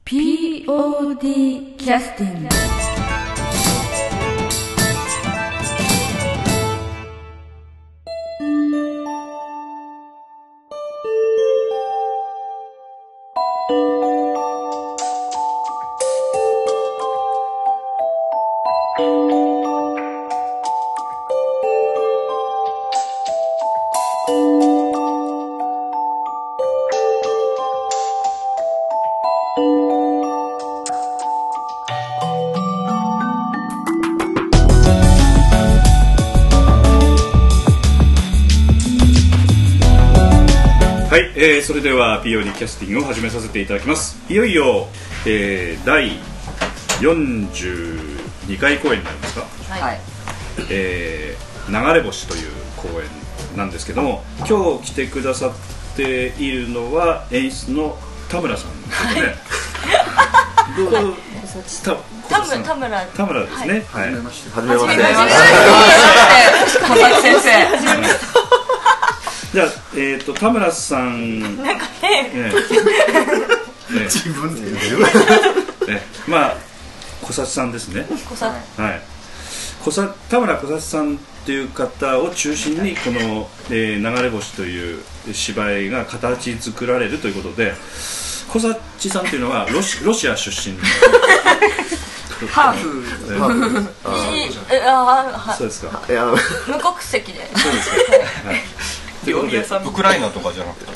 POD キャスティング。 それでは POD キャスティングを始めさせていただきます。いよいよ、第42回公演になりますか。 はい。 流れ星という公演なんですけども、今日来てくださっているのは演出の田村さんですね。どうぞ。田村ですね。はい。はじめまして。 小崎先生。 じゃあ、田村さんなんかね自分で言うまあ小崎さんですね。はい。田村小崎さんという方を中心にこの、流れ星という芝居が形作られるということで、小崎さんというのはロシア出身のハーフ。 そうですか。 無国籍で。 そうですか。はい。 ウクライナとかじゃなくて、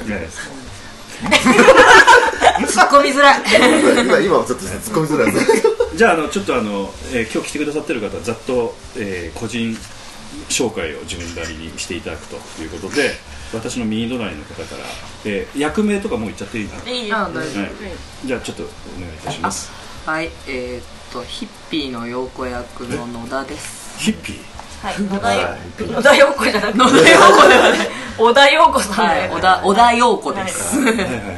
突っ込みづらい。 今はちょっと突っ込みづらい。 じゃあちょっと今日来てくださってる方ざっと、個人紹介を自分なりにしていただくということで、私の右隣の方から、役名とかもう言っちゃっていいかな。 いいです。 はい、じゃあちょっとお願いいたします。 はい、ヒッピーの陽子役の野田です。 ヒッピー。 はい、野田陽子じゃなくて野田陽子ではない、 小田陽子さんで、 小田陽子です。はい。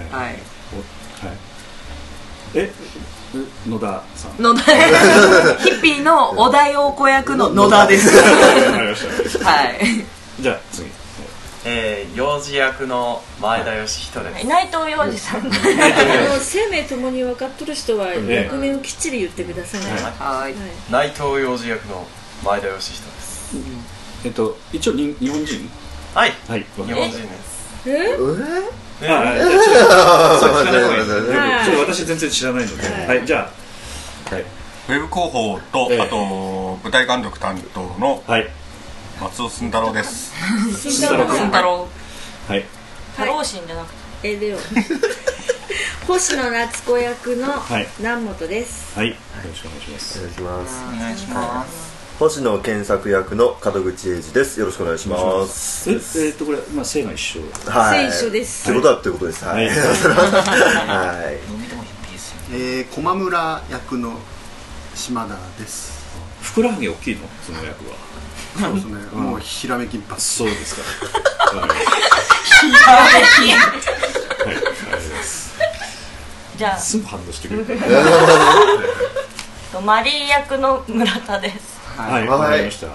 野田さん。 ヒッピーの小田陽子役の野田です。はい。 じゃあ次。 幼児役の前田義人です。 内藤幼児さん。 生命ともに分かっとる人は役名をきっちり言ってください。 はい。 内藤幼児役の前田義人です。 一応日本人。 はい。 はい。 日本人です。 ちょっと私全然知らないので、はい、じゃあ、はい、 ウェブ広報と、あと舞台監督担当の松尾寸太郎です。 寸太郎。 はい。 太郎神じゃなくて。 では。星野夏子役の南本です。 はい。よろしくお願いします。 お願いします。 お願いします。 星野健作役の門口英二です。よろしくお願いします。 これ姓が一緒。 はい。 姓一緒です。 ということだっていうことです。はい。はい。 駒村役の島田です。 ふくらはぎ大きいのその役は。 そうですね。もうひらめき一発。 そうですか。 ひらめき。 はい。ありがとうございます。 じゃあすぐ反応してくれる。 マリー役の村田です。 はい、わかりました。はい。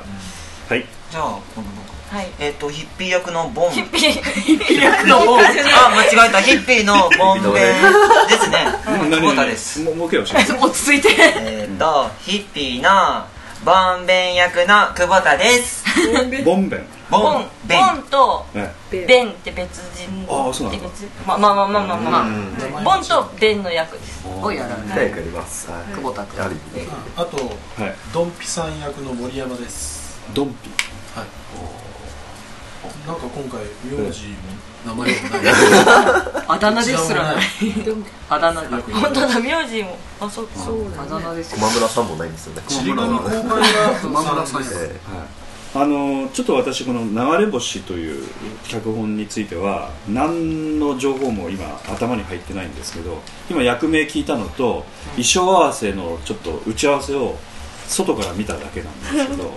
じゃあ今度僕。はい。ヒッピー役のボン。 ヒッピー役のボン。 あ、間違えた。ヒッピーのボンベですね。久保田です。 もう一回教えて。 落ち着いて。 ヒッピーのボンベン役の久保田です。 ボンベン。 ボンとベンって別人。 ああ、そうなんだ。 まあ。ボンとベンの役です。 をやられてます。 久保田君。 あとドンピさん役の森山です。 ドンピ。 はい。なんか今回名字も名前もない。 あだ名ですらない。あだ名。 本当だ、名字も。あ、そう。 あだ名です。 駒村さんもないんですよね。 ちりがの公開が駒村さんです。 ちょっと私この流れ星という脚本については何の情報も今頭に入ってないんですけど、今役名聞いたのと衣装合わせのちょっと打ち合わせを外から見ただけなんですけど、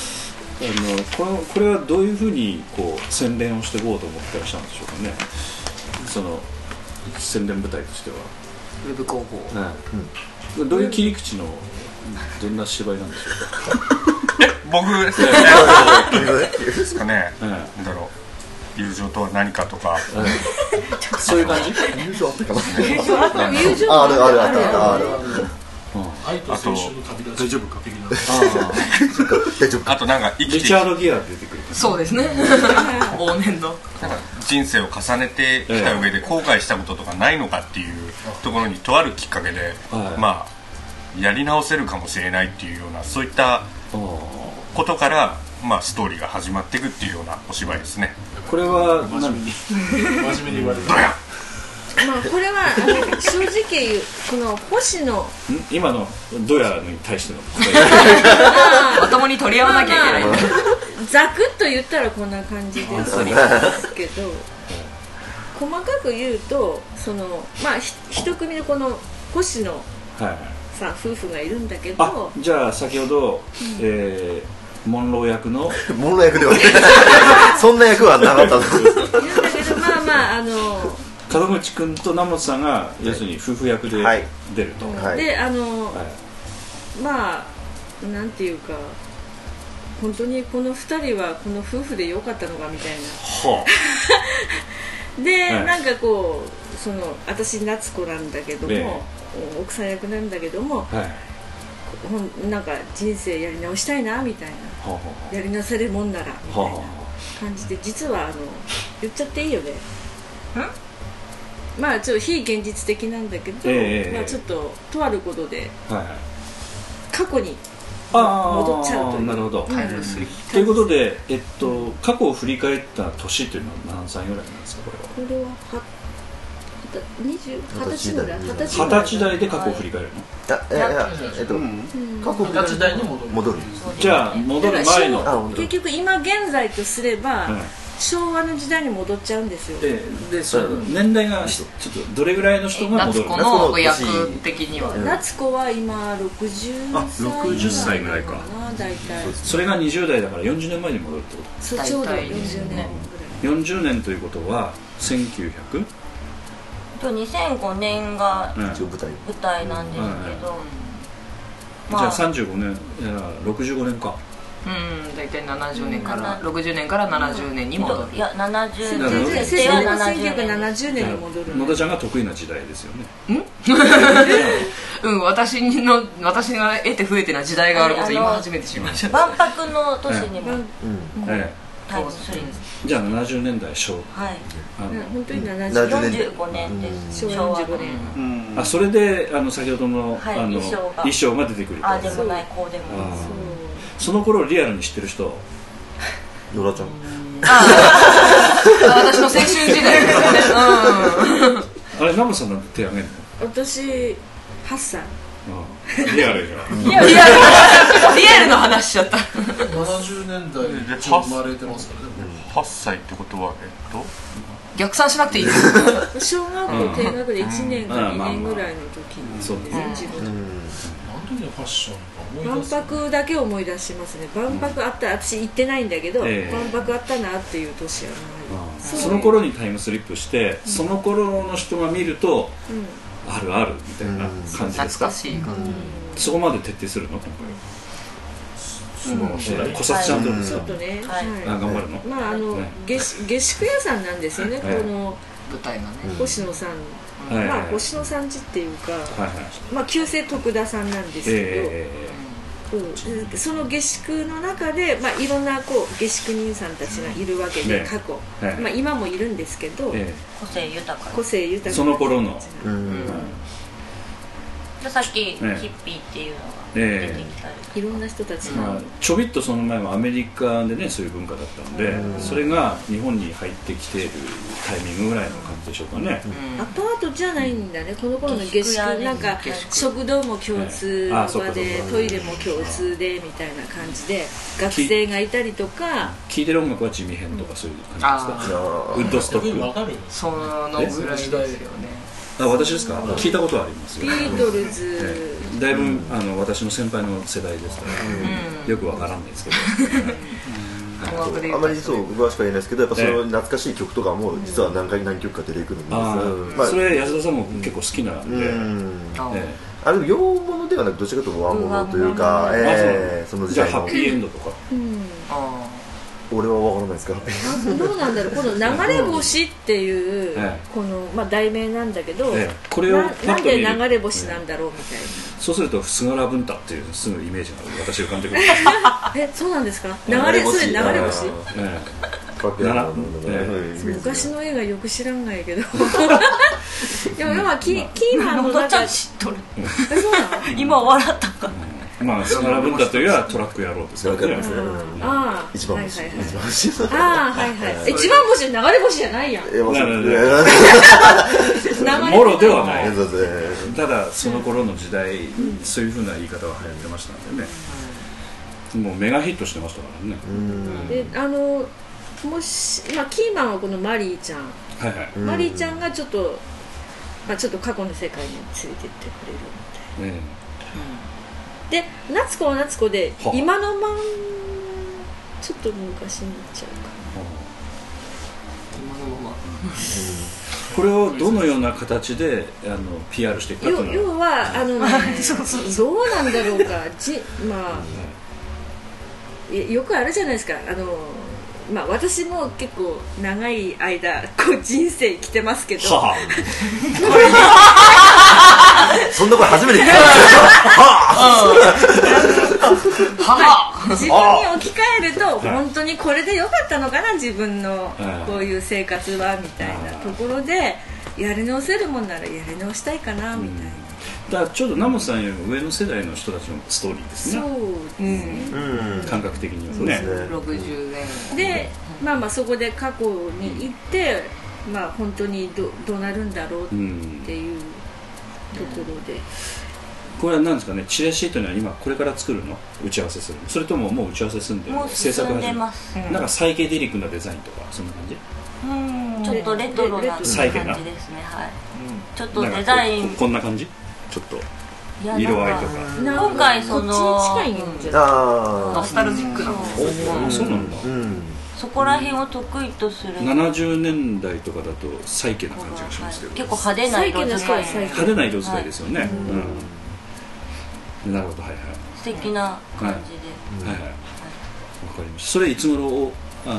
これはどういうふうにこう洗練をしていこうと思ってらっしゃるんでしょうかね。その洗練舞台としてはウェブ広報、 どういう切り口のどんな芝居なんでしょうか。 僕ですね。ですかね。なんだろう。 友情とは何かとか、 そういう感じ。 友情あったかな。 友情あるある。 愛と青春の旅立ち大丈夫か的な。 あとなんか生きてリチャード・ギア出てくる。 そうですね。往年の人生を重ねてきた上で後悔したこととかないのかっていうところにとあるきっかけで、まあやり直せるかもしれないっていうようなそういったことから、まあストーリーが始まっていくっていうようなお芝居ですね。 これは真面目に言われる。 まあこれは正直言うこの星野今のドヤに対してのまともに取り合わなきゃいけない、 ざくっと言ったらこんな感じですけど、細かく言うとそのまあ一組のこの星野さん夫婦がいるんだけど、 じゃあ先ほど、モンロー役のモンロー役ではそんな役はなかったんだけどまあ門口君と南本さんが要するに夫婦役で出ると、 でまあなんていうか本当にこの2人はこの夫婦で良かったのかみたいなで、なんかこうその私夏子なんだけども、奥さん役なんだけども、なんか人生やり直したいなみたいな、やり直せるもんならみたいな感じで、実は言っちゃっていいよね。まあちょっと非現実的なんだけど、まあちょっととあることで過去に戻っちゃうという。 なるほど。ということで、過去を振り返った年というのは何歳ぐらいなんですか、これは。 これは20歳ぐらい。 20歳代で過去を振り返るの？ 過去20歳代に戻る。 じゃあ戻る前の。 結局今現在とすれば。昭和の時代に戻っちゃうんですよ。 でその年代がちょっとどれぐらいの人が戻るの？ 夏子の役的には夏子は今60 歳ぐらいか。 大体それが20代だから40年前に戻るってこと？ そうちょうど40年 40年ということは1900？ 2005年が舞台なんですけど、 じゃあ35年65年か。 大体70年から60年から70年に戻る。 いや70 年設定は1970年に戻る。 野田ちゃんが得意な時代ですよね。 私が得て増えてな時代があること今初めて知りました。 万博の年にもタイムスリーじゃあ70年代初。 本当に45 年です。 昭和45年。 それで先ほどの衣装が出てくる。 あでもないこうでもない。 その頃リアルに知ってる人。 野田ちゃん。 私の青春時代ですね。 あれナムさんなんて手挙げるの？ 私8歳。 リアルじゃん。 リアルの話しちゃった。 70年代で生まれてますからね。 8歳ってことは逆算しなくていいです。 小学校低学で1年か2年ぐらいの時に。 そうですね。 ファッション万博だけ思い出しますね。万博あった、私行ってないんだけど、万博あったなっていう年はない。 その頃にタイムスリップして、その頃の人が見ると、あるあるみたいな感じですか？そこまで徹底するの今回。小札ちゃんとちょっとね、 頑張るの？ まあ下宿屋さんなんですよね。この舞台がね。 星野さん。まあ星野さんちっていうか、まあ旧姓徳田さんなんですけど、その下宿の中でまあいろんなこう下宿人さんたちがいるわけで、過去、まあ今もいるんですけど、 個性豊かその頃の、 さっきヒッピーっていうのが出てきたり、 いろんな人たちがちょびっとその前はアメリカでねそういう文化だったので、それが日本に入ってきているタイミングぐらいの感じでしょうかね。 後々じゃないんだね。この頃の下宿なんか食堂も共通場でトイレも共通でみたいな感じで学生がいたりとか。 聴いてる音楽は地味編とかそういう感じですか？ウッドストック。 そのぐらいですよね。 私ですか？聞いたことはありますよ。 ビートルズだいぶ私の先輩の世代ですからよくわからないですけど。 あまりそう詳しくは言えないですけど、やっぱその懐かしい曲とかも実は何曲か出てくるんです。 それ安田さんも結構好きなんで。 あれ洋物ではなくどちらかというと和物というか、その時代の。 じゃあハッピーエンドとか。 俺は分からないですか。 どうなんだろう、この流れ星っていうこのまあ題名なんだけど、 これをなんで流れ星なんだろうみたいな。 そうすると菅原文太っていうすぐイメージが私浮かんでくる。 そうなんですか。流れ星。昔の映画よく知らんないけど。でも今キーマンの中で知っとる。今笑ったか。 まあ菅原文太というのはトラック野郎ですからね。 一番星。 一番星流れ星じゃないやん。 もろではない。ただその頃の時代そういうふうな言い方が流行ってましたんでね。もうメガヒットしてましたからね。 でもしキーマンはこのマリーちゃん。マリーちゃんがちょっと過去の世界に連れてってくれるみたいな。で夏子は夏子で今のまんちょっと昔になっちゃうかな。 今のままこれをどのような形でPR していくかという要はどうなんだろうかよくあるじゃないですか。私も結構長い間人生生きてますけど、 そんな声初めて聞いた。自分に置き換えると本当にこれで良かったのかな、自分のこういう生活はみたいなところで、やり直せるもんならやり直したいかなみたいな。 だからちょうどナモさんよりも上の世代の人たちのストーリーですね。そうですね。感覚的にはね。 60年で、そこで過去に行って、本当にどうなるんだろうっていうところで。 これは何ですかね。チラシというのは今これから作るの？打ち合わせするの？それとももう打ち合わせ済んで制作始める？なんかサイケデリックなデザインとかそんな感じ？ ちょっとレトロな感じですね。はい。ちょっとデザインこんな感じ？ちょっと色合いとか今回そのノスタルジックなそうなんだ。 そこら辺を得意とする 70年代とかだとサイケな感じがしますけど、 結構派手な色使い派手な色使いですよね。なるほど、はいはい。 素敵な感じで、 はいはい、わかりました。それいつ頃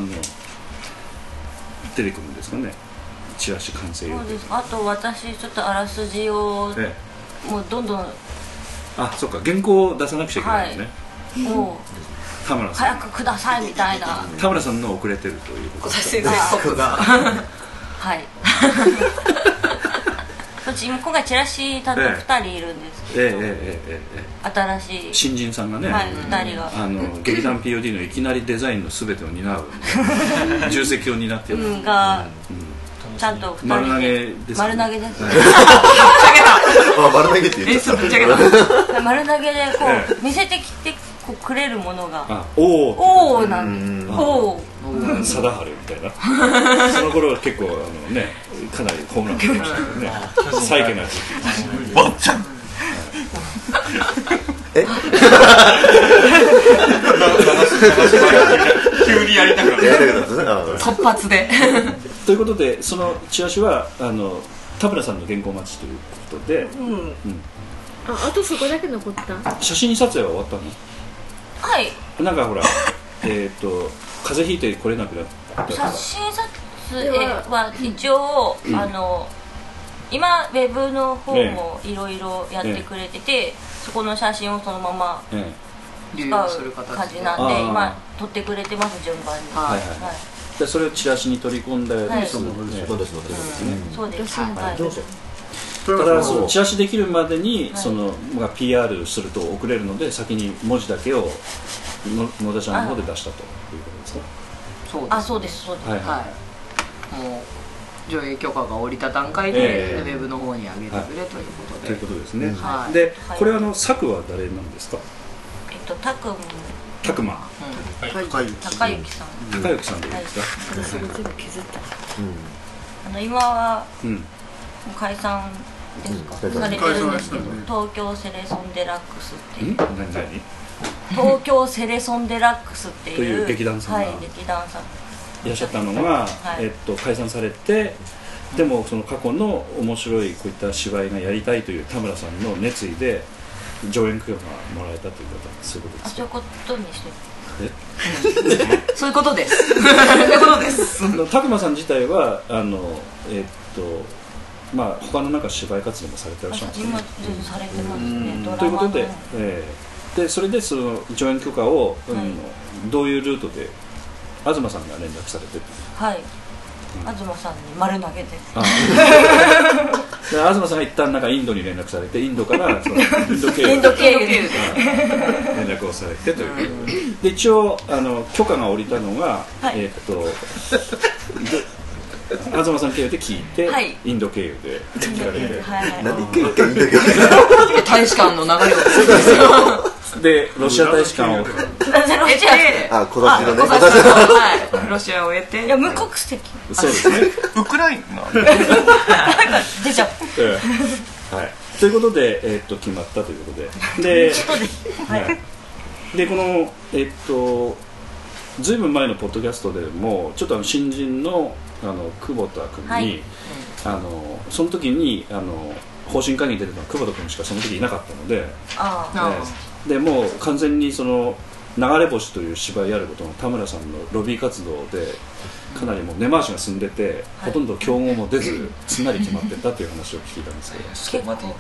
出てくるんですかね。チラシ完成予定。 そうです。あと私ちょっとあらすじをもうどんどんそうか、原稿を出さなくちゃいけないのね。 もう田村さん早くくださいみたいな。 田村さんの遅れてるということですね。 僕がはい今回チラシ担当2人いるんですけど、新しい新人さんがね、 2人が劇団 POD のいきなりデザインの全てを担う重責を担っているがちゃんと丸投げです。 丸投げです。 丸投げって言っちゃった。 丸投げでこう見せてきてくれるものがおおなんです。お貞治みたいな。その頃は結構かなりホームラン打ってましたけどね。サイケな時期。 ばっちゃん。急にやりたくなる。 突発で。 ということでそのチラシは田村さんの原稿待ちということで、 あとそこだけ残った。 写真撮影は終わったの？ はい。 なんかほら風邪ひいて来れなくなった。 写真撮影は一応今ウェブの方もいろいろやってくれてて、そこの写真をそのまま使う感じなんで今撮ってくれてます、順番に。 でそれをチラシに取り込んだやつをそうです。 ただチラシできるまでにPR すると遅れるので先に文字だけを野田ちゃんの方で出したということですか？ そうです。もう上映許可が下りた段階でウェブの方に上げてくれということで。 ということですね。でこれ作は誰なんですか？ たくま高之さん。高之さんでいいですか？ それ全部削った。 今は解散ですか？されてるんですけど、東京セレソンデラックスっていう東京セレソンデラックスっていう劇団さんがいらっしゃったのが解散されて、でもその過去の面白いこういった芝居がやりたいという田村さんの熱意で上演許可がもらえたということはそういうことですか？ そういうことにしてそういうことですそういうことです拓磨さん自体はまあ他のなんか芝居活動もされてらっしゃるんですか？ 今全然されてますね。ドラマのということで、それでその上演許可を、どういうルートで東さんが連絡されてる？ はい、東さんに丸投げで東さんが一旦なんかインドに連絡されて、インドからそのインド経由で連絡をされてということで、一応許可が下りたのが、東さん経由で聞いて、インド経由で聞かれて、 何一回インド経由大使館の流れをでロシア大使館を得て小出しのねロシアを得て、 いや無国籍そうですねウクライナ出ちゃうということで決まったということででこのずいぶん前のポッドキャストでもちょっと新人の久保田君にその時に方針会議に出てたのは久保田君しかその時いなかったので、でもう完全にその流れ星という芝居やることの田村さんのロビー活動でかなりもう根回しが進んでて、ほとんど競合も出ずすんなり決まってたという話を聞いたんですけど、結構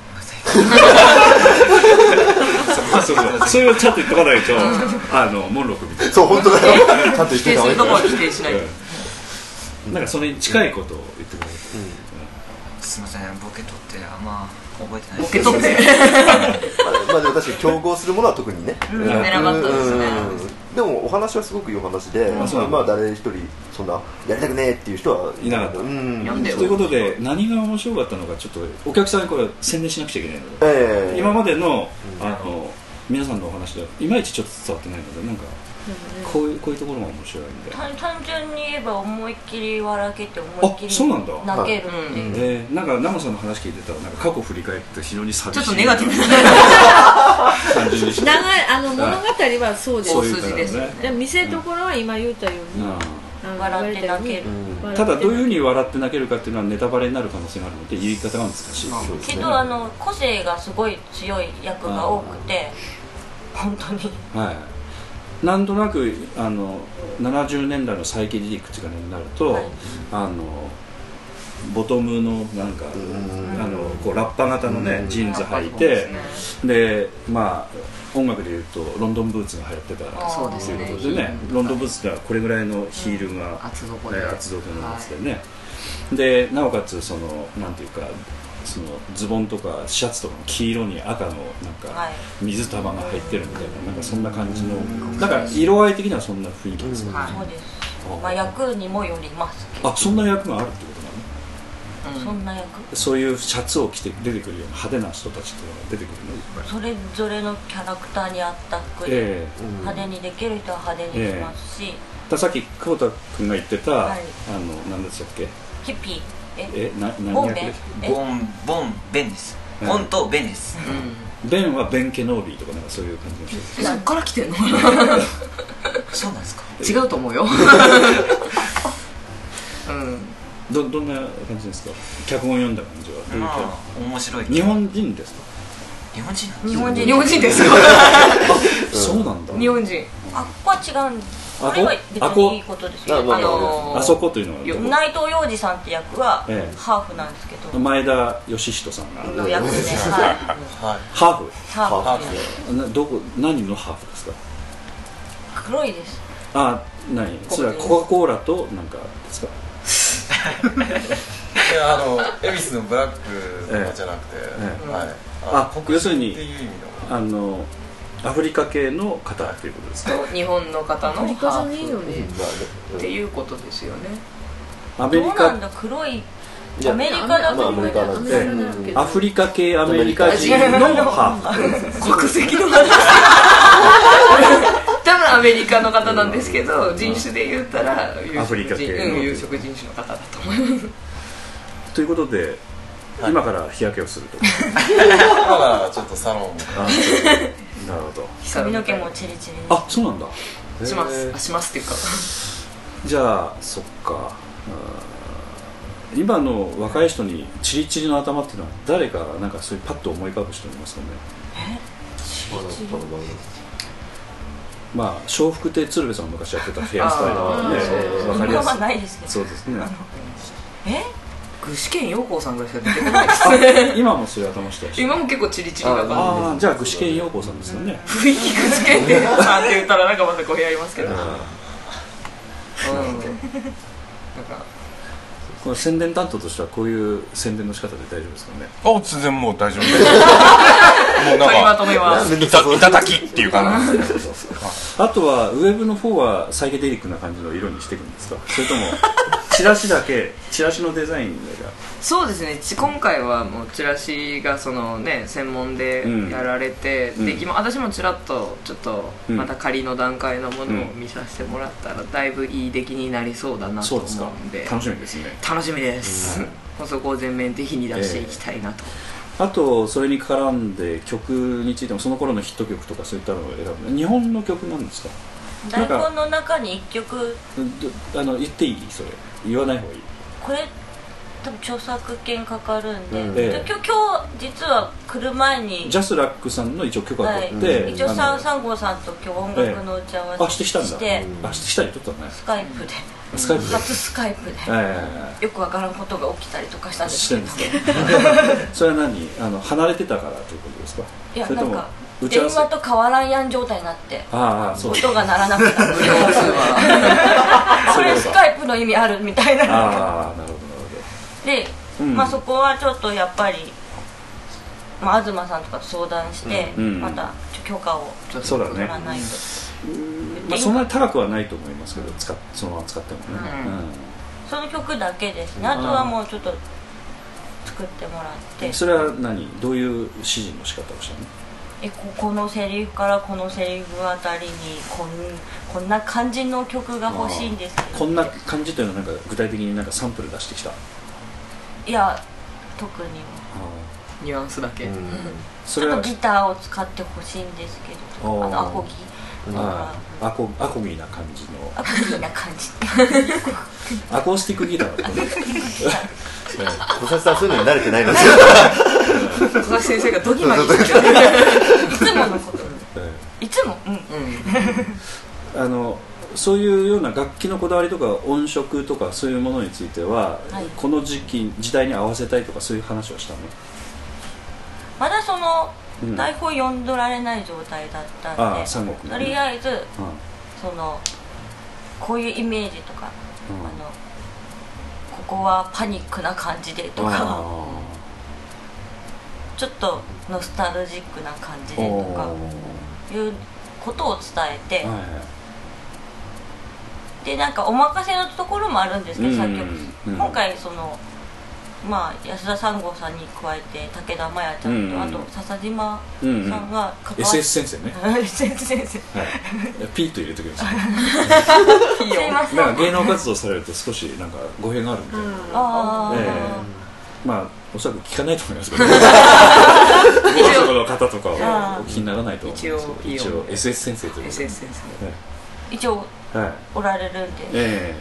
それをちゃんと言っとかないとモンロー君みたいな、 そう本当だよちゃんと言ってた否定するところは否定しないなんかそれに近いことを言ってくれる。 すみません、ボケとってあんま覚えてないボケとってまあでも確かに競合するものは特にね出なかったですね。 でもお話はすごくいいお話で、まあ誰一人そんなやりたくねえっていう人はいなかった。ということで何が面白かったのかちょっとお客さんにこれ宣伝しなくちゃいけないので、今までの皆さんのお話でいまいちちょっと伝わってないので、なんかこういうところが面白いんで、 単純に言えば思いっきり笑けて思いっきり泣けるっていう、 なんか生さんの話聞いてたらなんか過去振り返って非常に寂しい、 ちょっとネガティブ感じにして長い物語はそうです。 大筋ですよね。 でも見せ所は今言ったように笑って泣ける。 ただどういうふうに笑って泣けるかっていうのはネタバレになる可能性があるので言い方が難しい。 けど個性がすごい強い役が多くて本当に。 なんとなく70年代のサイケデリックっていうかになると、ボトムのなんかこうラッパ型のねジーンズ履いて、でまあ音楽でいうとロンドンブーツが流行ってたということでね、ロンドンブーツではこれぐらいのヒールが厚底のやつでね、でなおかつそのなんていうかそのズボンとかシャツとかの黄色に赤のなんか水玉が入ってるみたいな、なんかそんな感じの、なんか色合い的にはそんな雰囲気ですね。 そうです。まあ役にもよりますけど。 そんな役があるってことなの？ そんな役？ そういうシャツを着て出てくるような派手な人たちっていうのが出てくるの？ それぞれのキャラクターに合った服で派手にできる人は派手にしますし、 さっき久保田君が言ってた何でしたっけ？ ヒッピー。 ボンベンです。ボンとベンです。 ベンはベン・ケノービーとかなんかそういう感じの人。 そっから来てんの？ そうなんですか？ 違うと思うよ。 どんな感じですか？脚本読んだ感じは。 面白い。 日本人ですか？ 日本人ですか？ そうなんだ。 日本人。 ここは違うんです。これは別にいいことですよ。 あそこというのは内藤洋二さんって役はハーフなんですけど、 前田義人さんがの役で、 ハーフどこ何のハーフですか？ 黒いです。 何それはコカ・コーラとなんかですか？ いや恵比寿のブラックとかじゃなくて、 要するにアフリカ系の方っていうことですか？ 日本の方のハーフっていうことですよね。 アメリカ、 どうなんだ、黒いアメリカだと思います。 アフリカ系アメリカ人のハーフ。 国籍の話。多分アメリカの方なんですけど、人種で言ったらアフリカ系の有色人種の方だと思います。 ということで今から日焼けをすると。 今からちょっとサロン。 なるほど。 髪の毛もチリチリ。 そうなんだ。 しますっていうか。 じゃあそっか。 今の若い人にチリチリの頭っていうのは誰かなんかそういうパッと思い浮かぶ人いますかね。まあ笑福亭鶴瓶さんが昔やってたヘアスタイルはね、わかりやすい。 ないですけど。 そうですね。 具志堅用高さんぐらいしか出てこないですね。 今もそういう頭してらっしゃる。 今も結構チリチリな感じです。 ああ、じゃあ具志堅用高さんですよね。 雰囲気具志堅ってさんって言ったらなんかまた語弊ありますけど。なんかこの宣伝担当としてはこういう宣伝の仕方で大丈夫ですかね。 全然もう大丈夫です。もうなんかいただきっていうかな。 あとはウェブの方はサイケデリックな感じの色にしていくんですか。それともチラシだけ、チラシのデザインが。 そうですね。今回はもうチラシがそのね専門でやられて、で今私もちらっとちょっとまた仮の段階のものを見させてもらったらだいぶいい出来になりそうだなと思うんで、 楽しみですね。 楽しみです。そこを全面的に出していきたいなと。 あとそれに絡んで曲についてもその頃のヒット曲とかそういったのを選ぶ。日本の曲なんですか。 台本の中に1曲言っていい？それ言わない方がいい。 これ多分著作権かかるんで、今日実は来る前にジャスラックさんの一応許可を取って、 一応サンゴさんと今日音楽の打ち合わせしてしてきたり撮ったね。 スカイプで初スカイプでよくわからんことが起きたりとかしたんですけど、 それは何離れてたからということですか。 いやなんか電話と変わらんやん状態になって音が鳴らなくなってこれスカイプの意味あるみたいな。 なるほどなるほど。 で、そこはちょっとやっぱり、東さんとかと相談して、また許可を取らないと。 そんなに高くはないと思いますけど、そのまま使ってもね。 その曲だけですね。あとはもうちょっと作ってもらって。 それはどういう指示の仕方をしたの？ このセリフからこのセリフあたりにこんな感じの曲が欲しいんですけど。 こんな感じというのは具体的にサンプル出してきた？ いや特にはニュアンスだけ。 ちょっとギターを使ってほしいんですけど、アコギアコギな感じのアコギな感じアコースティックギターだね。 小林さんそういうのに慣れてないので小林先生がドギマギしてる。 いつものこといつもそういうような楽器のこだわりとか音色とかそういうものについては、この時代に合わせたいとかそういう話をしたの？ まだその台本読んどられない状態だったんで、とりあえずこういうイメージとか、ここはパニックな感じでとか、ちょっとノスタルジックな感じでとかいうことを伝えて、でお任せのところもあるんですけど、作曲今回安田三郷さんに加えて武田真弥ちゃんと、あと笹島さんが関わって、 SS 先生ね。 SS 先生、 ピーと入れときますね。 すいません。 芸能活動されると少し語弊があるみたいな。おそらく聞かないと思いますけど、そこの方とかはお聞きにならないと思うんですけど、一応 SS 先生ということで一応おられるんで、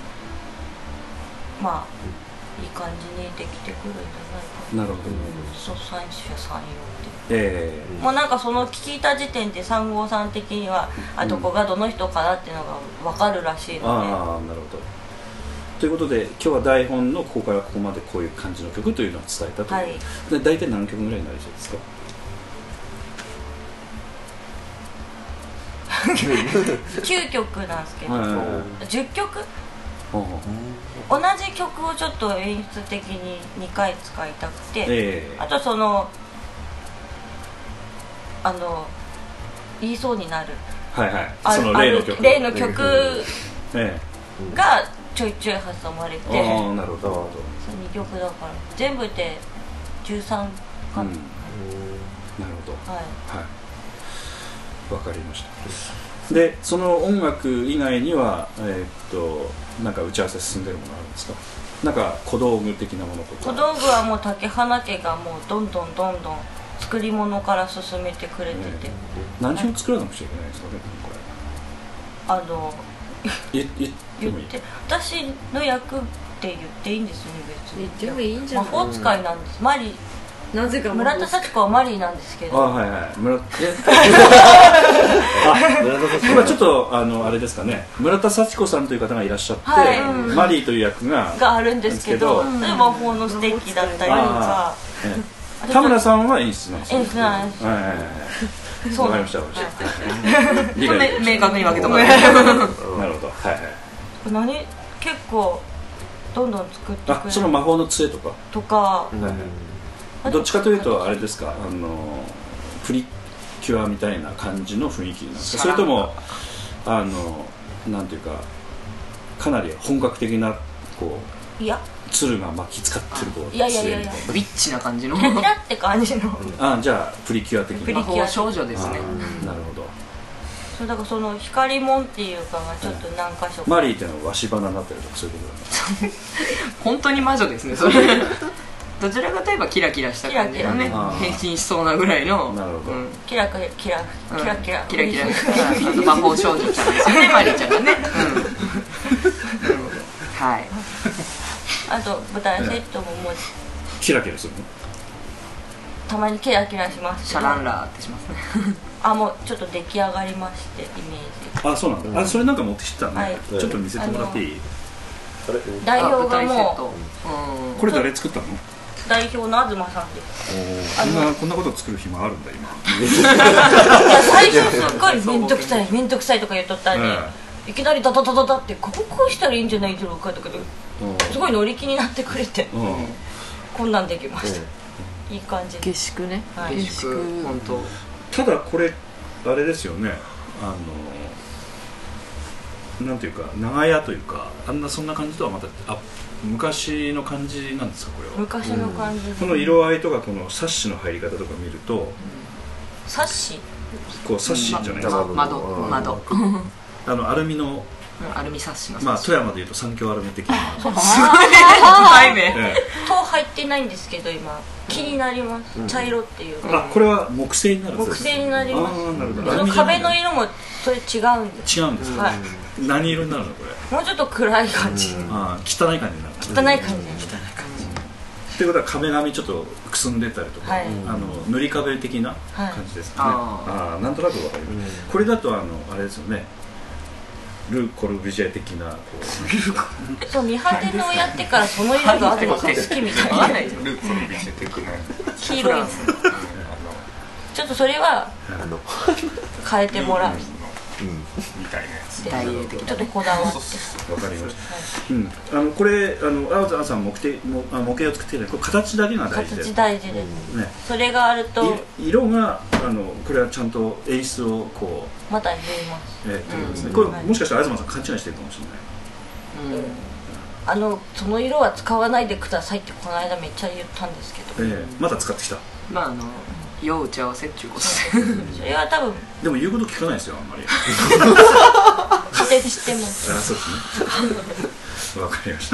いい感じにできてくるんじゃないかな。 なるほど。 三者三様で。もうその聞いた時点で三郷さん的にはどこがどの人かなっていうのが分かるらしいので。 なるほど。ということで今日は台本のここからここまでこういう感じの曲というのを伝えたという。で大体何曲ぐらいになりそうですか ？9曲なんですけど、10曲同じ曲をちょっと演出的に2回使いたくて、あと言いそうになるその例の曲がちょいちょい挟まれて、 なるほど。 その2曲だから全部で13かな。なるほど。わかりました。でその音楽以外には打ち合わせ進んでるものあるんですか？小道具的なものとか。 小道具はもう竹花家がもうどんどん作り物から進めてくれてて、 何を作らなくちゃいけないんですかね、これ。言って私の役って言っていいんですよね別に。 言ってもいいんじゃない。 魔法使いなんです。マリーなぜか村田幸子はマリーなんですけど。 はいはい。今ちょっとあれですかね。村田幸子さんという方がいらっしゃって、マリーという役があるんですけど、魔法のステーキだったりとか。 田村さんは演出なんですよ。 演出なんです。 わかりました。 明確に分けとかない。 なるほど。はいはい。 何結構どんどん作ってくれる。 その魔法の杖とか。 とか。 どっちかというとあれですか、プリキュアみたいな感じの雰囲気なんですか、それともなんていうかかなり本格的なこう鶴が巻き使ってるこういやリッチな感じのキラキラって感じのじゃあプリキュア的な魔法少女ですね。 なるほど。 そうだからその光門っていうかがちょっと何箇所かマリーっていうのはわし花になってるとかそういうことなんです本当に魔女ですねそれどちらかといえばキラキラした感じのね変身しそうなぐらいのキラキラ魔法少女ちゃんですよねマリーちゃんがねはいあと舞台セットももうキラキラするのたまにキラキラしますシャランラーってしますねもうちょっと出来上がりましてイメージそうなんだそれなんか持ってきてたねちょっと見せてもらっていい代表がもうこれ誰作ったの代表の東さんです。 こんなこと作る暇あるんだ今。 最初すっごい面倒くさいとか言っとったらね、いきなりダダダダダってこうしたらいいんじゃないだろうかとかすごい乗り気になってくれて、こんなんできました。いい感じ。 下宿ね。下宿本当。 ただこれあれですよね。なんていうか長屋というかそんな感じとはまた昔の感じなんですかこれは。 昔の感じ。 この色合いとかこのサッシの入り方とか見ると。 サッシ？ こうサッシじゃないですか。 窓。 アルミの。 アルミサッシの。 富山でいうと三協アルミ的な。 すごい深いね。 糖入ってないんですけど今気になります。茶色っていう。 これは木製になる。 木製になります。 なるほど。 その壁の色もそれ違うんです。 違うんですか。何色になるのこれ。 もうちょっと暗い感じ。 汚い感じになる。 汚い感じ。 っていうことは壁紙ちょっとくすんでたりとか、塗り壁的な感じですかね。なんとなくわかります。これだとあれですよね。ル・コルビュジエ的なそう見果てのをやってからその色が東さん好きみたいな。 ル・コルビュジエ的な黄色いです。ちょっとそれは変えてもらう。 みたいなやつ。 ちょっとこだわって。 わかりました。これ青沢さん模型を作ってるこれ形だけが大事です。 形大事です。それがあると色がこれはちゃんと演出をこうまた増えます。 これもしかしたら東さん勘違いしてるかもしれない。その色は使わないでくださいってこの間めっちゃ言ったんですけど。 まだ使ってきた。 よう打ち合わせっていうことでそれは多分でも言うこと聞かないですよあんまり知ってますそうですねわかりました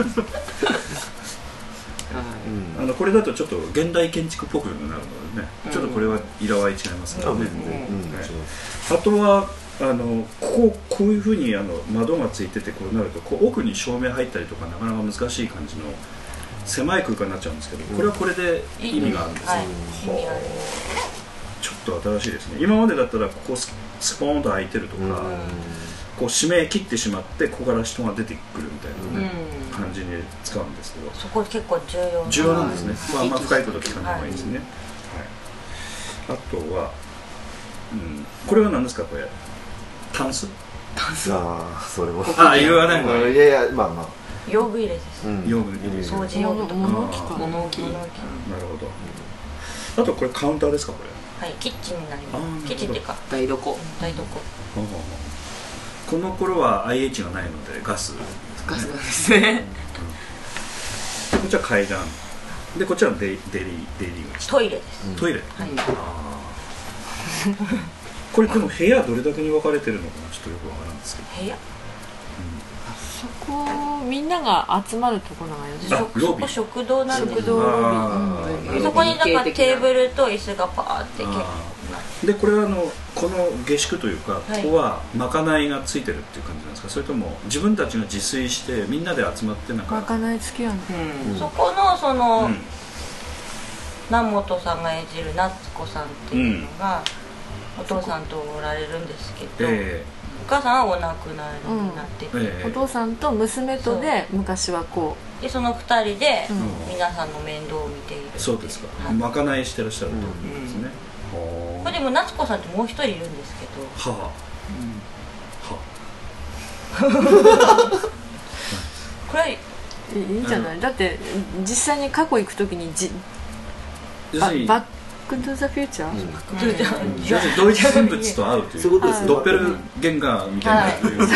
これだとちょっと現代建築っぽくなるのでねちょっとこれは色合い違いますからねあとはこういうふうに窓がついててこうなると奥に照明入ったりとかなかなか難しい感じの狭い空間になっちゃうんですけどこれはこれで意味があるんですね。ちょっと新しいですね。今までだったらここスポーンと開いてるとかこう締め切ってしまってここから人が出てくるみたいな感じに使うんですけどそこ結構重要なんですね。あんま深いこと聞かない方がいいですね。あとはこれは何ですかこれタンスそれも言わない方がいい。 いやまあ用具入れです。 用具入れ掃除用具とか物置。 なるほど。あとこれカウンターですかこれ。はい、キッチンになります。キッチンっていうか台所。 この頃は IH がないのでガスですね。 こっちは階段でこっちは出入り口。 トイレです。 トイレ。これでも部屋どれだけに分かれてるのかなちょっとよくわからんですけど。 部屋そこみんなが集まるところがそこ食堂なんです。 食堂ロビー、 そこになんかテーブルと椅子がパーって結構でこれはこの下宿というか、ここはまかないがついてるっていう感じなんですか、それとも自分たちが自炊してみんなで集まってなんかまかない付き合うの、そこのその、南本さんが演じる夏子さんっていうのが、お父さんとおられるんですけど、お母さんはお亡くなりになってて、 お父さんと娘とで昔はこうでその2人で皆さんの面倒を見ている。 そうですか、まかないしてらっしゃると思うんですね。 これでも夏子さんってもう一人いるんですけど、これいいんじゃない、だって実際に過去行くときにバック・トゥ・ザ・フューチャー、 同一人物と会うというドッペルゲンガーみたいなという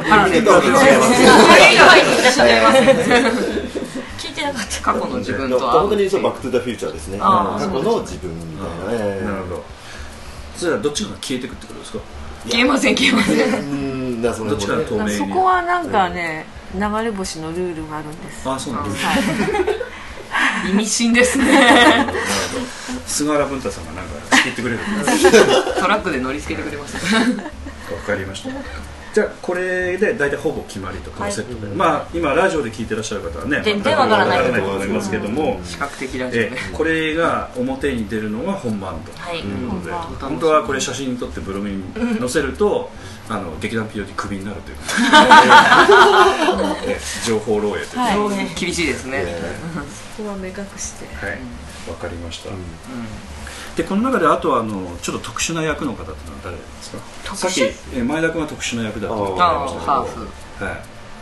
聞いてなかった。 過去の自分と本当にバック・トゥ・ザ・フューチャーですね。過去の自分みたいな。 なるほど。それはどっちかが消えていくってことですか？ 消えません消えません。 どっちかが透明に。 そこはなんかね、流れ星のルールがあるんです。 あ、そうなんです。 意味深ですね。 菅原文太さんがなんか言ってくれる。 トラックで乗り付けてくれます。 わかりました。じゃあこれで大体ほぼ決まりとかセットで、まあ今ラジオで聞いてらっしゃる方はね全然わからないと思いますけども、 視覚的ラジオね。 これが表に出るのが本番ということで、本当はこれ写真に撮ってブログに載せると劇団 POD クビになるという情報漏洩という厳しいですね。 そこは目隠して。 はい、わかりました。でこの中であとはちょっと特殊な役の方ってのは誰ですか？さっき前田君は特殊な役だと言われましたけど、はい、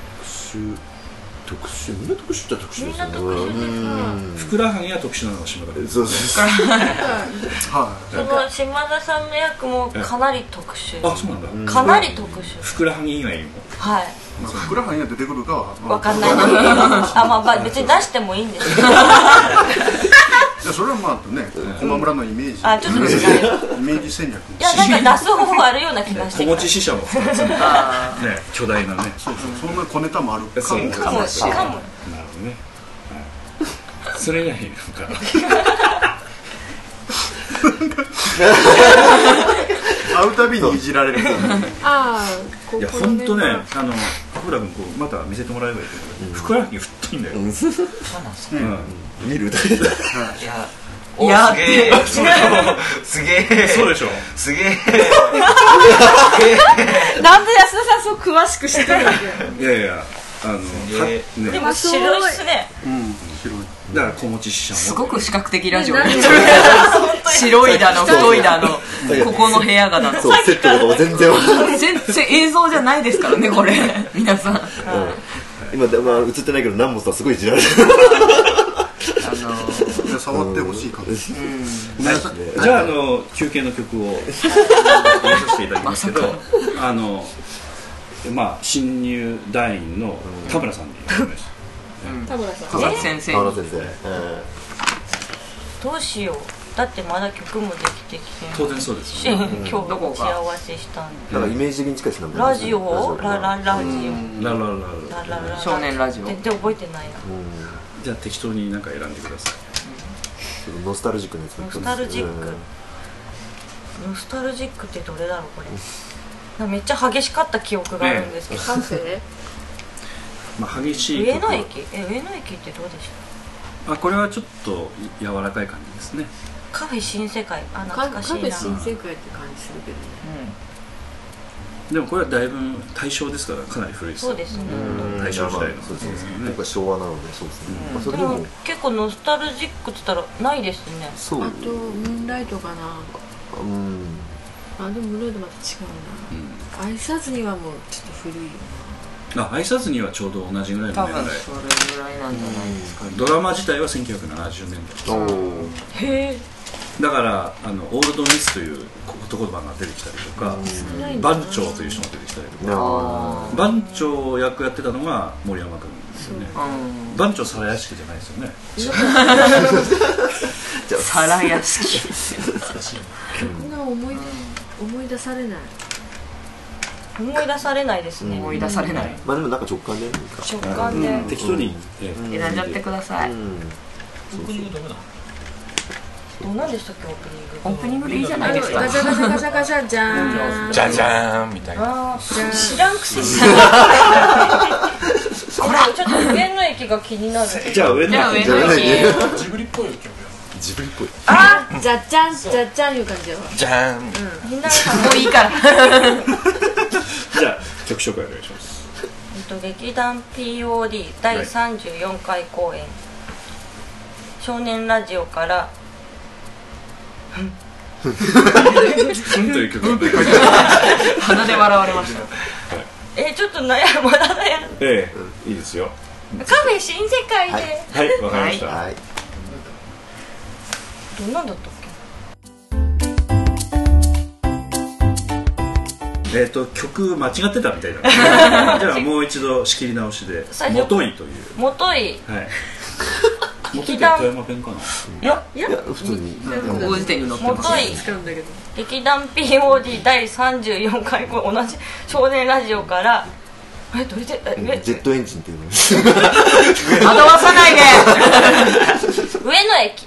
特殊みんな特殊っちゃ特殊ですよね。ふくらはぎは特殊なのが島田君。 そうです。 その島田さんの役もかなり特殊。 あ、そうなんだ。 かなり特殊。 ふくらはぎ以外にも。 はい。 ふくらはぎが出てくるかはわかんない。あ、まあ別に出してもいいんですけど。 それはまあね、駒村のイメージ。 あ、ちょっと違う。 イメージ戦略。 いや、なんか出す方法あるような気がして。 小持ち死者も2つね、巨大なね。 そうそう、そんな小ネタもあるかも。 かも。なるほどね。 それ以外になんか。 会うたびにいじられる。 ああ、いや本当ね、福良君こうまた見せてもらえばいいけど、ふくらはぎ太いんだよ。 そうなんですね。見るだけで。 いや、すげえ。 そうでしょ。 すげえ。 なんで安田さんそう詳しく知ってるわけ？いやいや、 でも白いっすね。 白い。だから小持ち死者も。 すごく視覚的ラジオ。白いだの太いだの、ここの部屋がだの。 そうセットとかも全然。 全然映像じゃないですからねこれ皆さん。 今まあ映ってないけど南本さんすごいいじられてる。 触ってほしいかも。 じゃあ休憩の曲を入れさせていただきますけど、まあ新入団員の田村さんにお願いします。 田村さん。 田村先生。 どうしよう。だってまだ曲もできてきて。 当然そうですよね。 今日打ち合わせしたんで。 だからイメージ的に近いですね。 ラジオ、ラ少年ラジオ。 全然覚えてないな。 じゃあ適当に何か選んでください。 ノスタルジックのやつ。 ノスタルジック。ノスタルジックってどれだろうこれ。めっちゃ激しかった記憶があるんですけど。 感性？ まあ激しい。 上野駅ってどうでした？ これはちょっと柔らかい感じですね。 カフェ新世界、懐かしいな。 カフェ新世界って感じするけどね。 でもこれはだいぶ大正ですからかなり古いです。 そうですね。 大正時代のそうですね。 今回昭和なのでそうですね。 それでも結構ノスタルジックって言ったらないですね。 そう。 あとムーンライトかな。でもムーンライトまた違うな。愛さずにはもうちょっと古いよな。愛さずにはちょうど同じぐらいの年代。 多分それぐらいなんじゃないですか。 ドラマ自体は1970年代。 へえ。 だからオールドミスという言葉が出てきたりとか、番長という人が出てきたりとか、番長役やってたのが森山君ですよね。番長皿屋敷じゃないですよね。 皿屋敷。 そんな思い出されない。 思い出されないですね。 思い出されない。 まあでもなんか直感で直感で適当に選んじゃってください。 オープニングダメだ。 どうなんでしたっけ、オープニングでいいじゃないですか。 ガチャガチャガチャガチャじゃーん。 じゃじゃーんみたいな。 知らんくせに。これちょっと上野駅が気になる。 じゃあ上野駅。 ジブリっぽい曲や。 ジブリっぽい。 あ、じゃっちゃんじゃっちゃんいう感じよ。 じゃーん。 みんなもういいから。 じゃあ曲紹介お願いします。 劇団 POD 第34回公演、少年ラジオからという曲が鼻で笑われました。 ちょっとまだ悩む。 いいですよ。 カフェ新世界で。 はい、わかりました。 どんなんだったっけ？曲間違ってたみたいな。じゃあもう一度仕切り直しで。もといという。 もとい。 はい。もといって富山弁かな。 いや普通に。 大辞典に載ってます。 もとい。劇団 POD 第34回公演、同じ少年ラジオから。どれで？ジェットエンジンっていうの。 惑わさないで。 上野駅。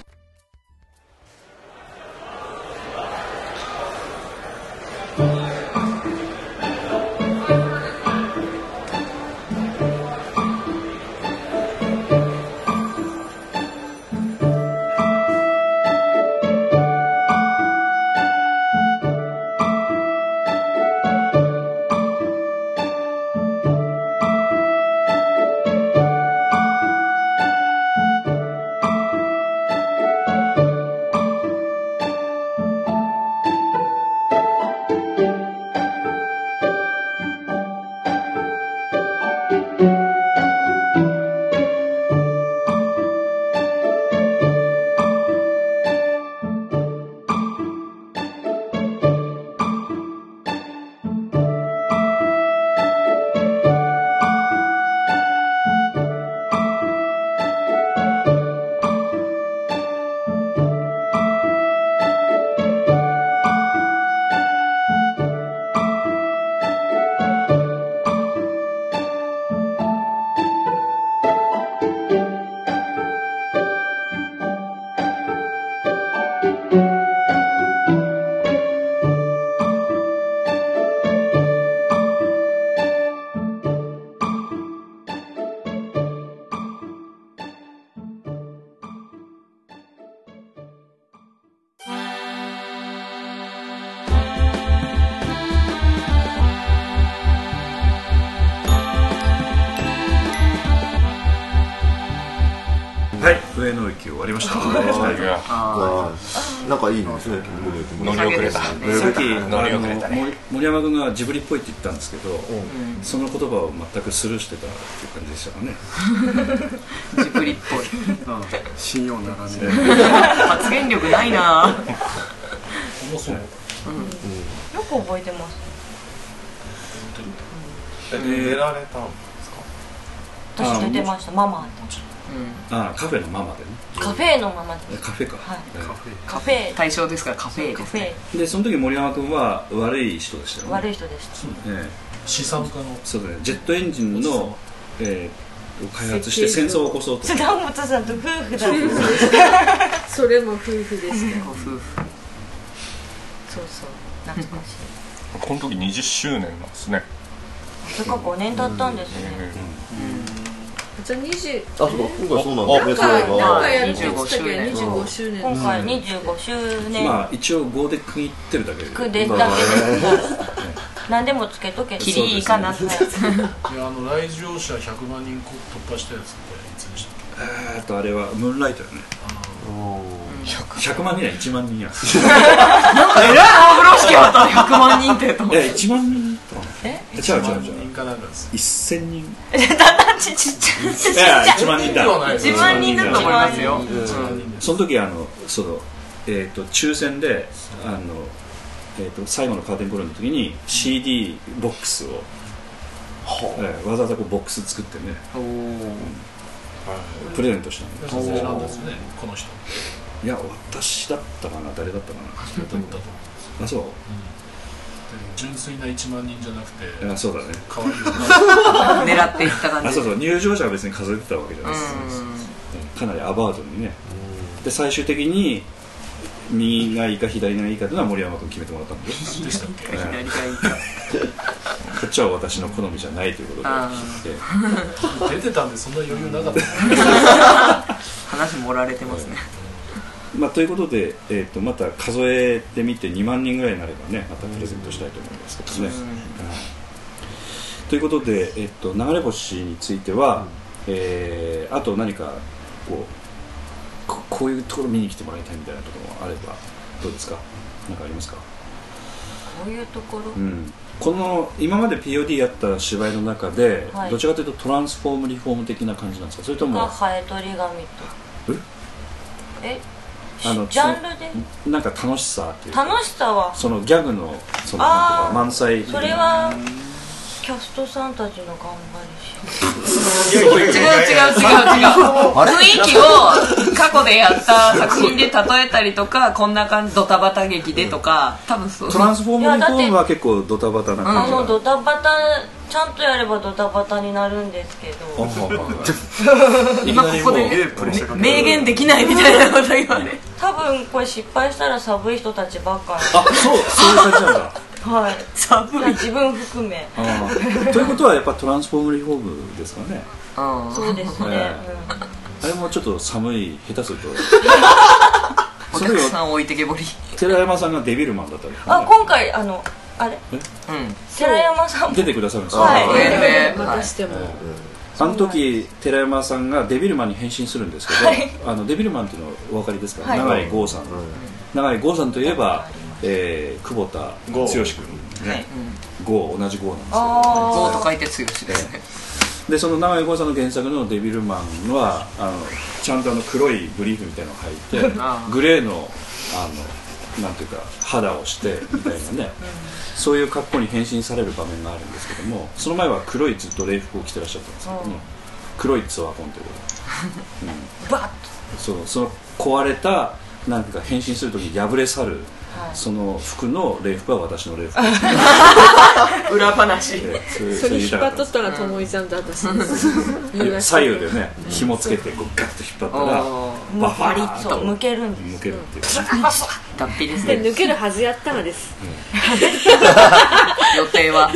上野駅終わりました。 なんかいいですね。 乗り遅れた。さっき森山君がジブリっぽいって言ったんですけど、その言葉を全くスルーしてたっていう感じでしたかね。 ジブリっぽい。 信用ならね。 発言力ないな。 面白い。 よく覚えてます。 出られたんですか？ 私出てました。ママ。 カフェのママでね。 カフェのママで。 カフェか。 カフェ対象ですからカフェ。 でその時森山君は悪い人でしたよね。 悪い人でした。 資産家の。 そうだね。ジェットエンジンの開発して戦争を起こそうと。 菅本さんと夫婦だ。 それも夫婦でした。 ご夫婦。 そうそう。懐かしい。 この時20周年なんですね。 それから5年経ったんですね。 じゃあ20。 そうか、今回そうなんですね。 今回やるって言ってたけど25周年。 今回25周年。 まあ一応5で区切ってるだけで。 区でだけで。何でもつけとけ。 キリいいかなって。 来場者100万人突破したやつっていつでしたっけ？ あれはムーンライトよね。100万人や1万人や。 なんかえらいハーブロー式やった100万人ってと。 1万人とか。違う。1000人。 だんだんちっちゃい。 1万人だ。 1万人だと思いますよ。 その時抽選で最後のカーテンコールの時に CD ボックスをわざわざボックス作ってねプレゼントしたんです。 なんですね、この人。 いや私だったかな、誰だったかな。あ、そう。 純粋な1万人じゃなくて、 あ、そうだね、 可愛い狙っていった感じ。 あ、そうそう、入場者は別に数えてたわけじゃないです、かなりアバウトにね。で最終的に右がいいか左がいいかというのは森山君決めてもらったんで、 左がいいかこっちは私の好みじゃないということで、 出てたんでそんな余裕なかった話盛られてますね。 まあ、ということで、また数えてみて2万人ぐらいになればね、またプレゼントしたいと思いますけどね。ということで、流れ星については、あと何かこういうところ見に来てもらいたいみたいなところもあればどうですか？何かありますか？ こういうところ、 この今まで POD やった芝居の中で、 はい、 どちらかというとトランスフォームリフォーム的な感じなんですか？それともハエ取り紙とジャンルでなんか楽しさっていうか、楽しさはそのギャグのそのなんていうか満載、 それはキャストさんたちの頑張りし違う雰囲気を過去でやった作品で例えたりとか、こんな感じドタバタ劇でとか、多分そう。 トランスフォームリフォームは結構ドタバタな感じが、 ドタバタちゃんとやればドタバタになるんですけど今ここで明言できないみたいなこと言われ多分これ失敗したら寒い人たちばっかり。 そういう感じなんだはい、寒い、自分含めということはやっぱトランスフォームリフォームですかね。 そうですね、 あれもちょっと寒い、下手するとお客さん置いてけぼり。 寺山さんがデビルマンだったんですかね。 今回あれ寺山さん出てくださるんですよ。 またしてもあの時寺山さんがデビルマンに変身するんですけど、デビルマンっていうのはお分かりですか？永井豪さん、永井豪さんといえば久保田剛君ね、豪、同じ豪なんですけど、 豪と書いて剛ですね。 でその永井豪さんの原作のデビルマンはちゃんと黒いブリーフみたいなのを履いてグレーのなんていうか肌をしてみたいなね、そういう格好に変身される場面があるんですけども、その前は黒いずっと礼服を着てらっしゃったんですけども、黒いツアーコンということで、 バッとその壊れたなんか変身するときに破れ去る、その服の礼服は私の礼服裏話それ引っ張っとったらともいちゃんと私左右でね紐つけてこうガッと引っ張ったらバファリッと向けるんです。 向けるっていう脱皮ですね。 抜けるはずやったのです、 予定は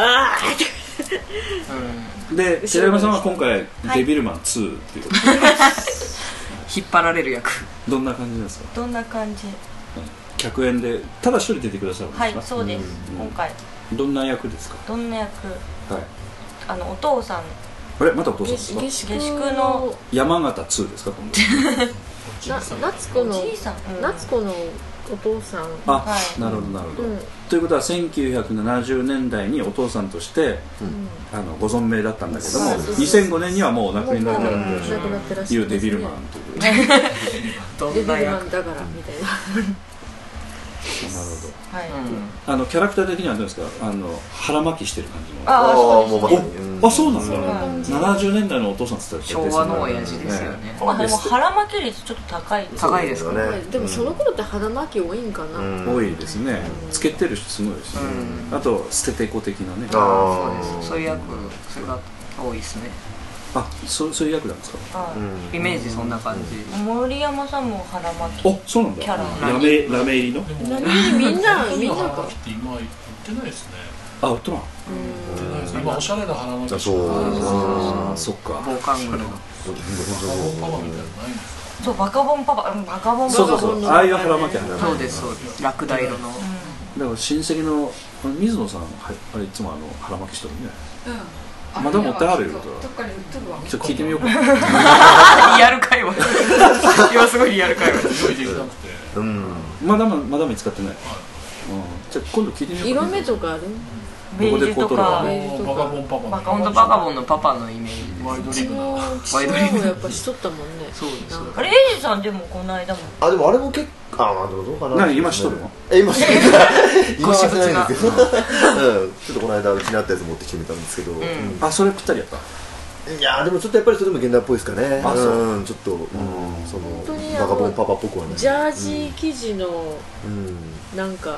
で寺山さんは今回デビルマン2っていうことで引っ張られる役。 どんな感じですか？ どんな感じ？ 100円でただ一人出てくださるんですか？ はい、そうです、今回どんな役ですか？ どんな役？ はい、 お父さん。 あれまたお父さんですか？ 下宿の山形2ですか？今度夏子のお父さん。 なるほどなるほど、ということは1970年代にお父さんとして、ご存命だったんだけども、2005年にはもうお亡くなりになってらっしゃるいうデビルマンということでデビルマンだからみたいななるほど、キャラクター的にはどうですか？腹巻きしてる感じの。そうなんだ。70年代のお父さんって言ったら昭和の親父ですよね。 でも腹巻き率ちょっと高いです。 高いですよね。 でもその頃って腹巻き多いんかな。 多いですね。つけてる人すごいですね。あと捨ててこ的なね。 そういう役それが多いですね。 そういう役なんですか？ イメージそんな感じ。 森山さんも腹巻きそうなんだ。 キャララメ入りの。 みんなか。 今売ってないですね。 売ってない。 今おしゃれな腹巻き。 そっか。 防寒具の。 そう、バカボンパパ、バカボンパパ。 そうああいう腹巻き。 そうですそうです。ラクダ色の。だから親戚の水野さんあれいつも腹巻きしてるね。まだ持ってあるよ。どっかに売っとるわ。ちょっと聞いてみようか。 リアル会話。今すごいリアル会話。 まだ見つかってない。じゃあ今度聞いてみようか。 色目とかある？ ベージュとか。 バカボンパパ。 本当バカボンのパパのイメージ。 ワイドリブな。 ワイドリブやっぱしとったもんね。 そうです。 あれエイジさんでもこの間も。 でもあれも結構どうかな。 何今しとるの？ 今してない。今はしてないんですけど。ちょっとこの間うちにあったやつ持ってきてみたんですけど。 それ食ったりやった。 いやでもちょっとやっぱりそれでも現代っぽいですかね。ちょっとそのバカボンパパっぽくはね。 ジャージ生地のなんか